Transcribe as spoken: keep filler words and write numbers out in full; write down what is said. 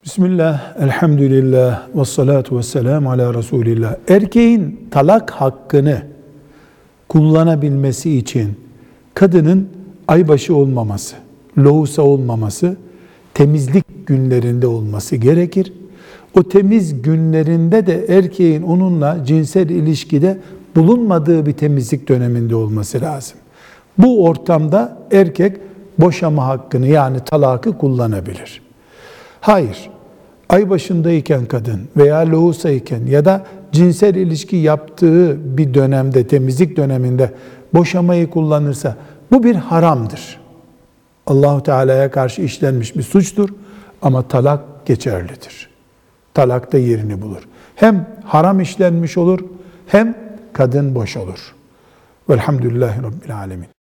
Bismillah, elhamdülillah, ve salatu ve selamu ala Resulillah. Erkeğin talak hakkını kullanabilmesi için kadının aybaşı olmaması, lohusa olmaması, temizlik günlerinde olması gerekir. O temiz günlerinde de erkeğin onunla cinsel ilişkide bulunmadığı bir temizlik döneminde olması lazım. Bu ortamda erkek boşama hakkını yani talakı kullanabilir. Hayır, ay başındayken kadın veya lohusayken ya da cinsel ilişki yaptığı bir dönemde, temizlik döneminde boşamayı kullanırsa bu bir haramdır. Allah-u Teala'ya karşı işlenmiş bir suçtur ama talak geçerlidir. Talak da yerini bulur. Hem haram işlenmiş olur hem kadın boş olur. Velhamdülillahi Rabbil Alemin.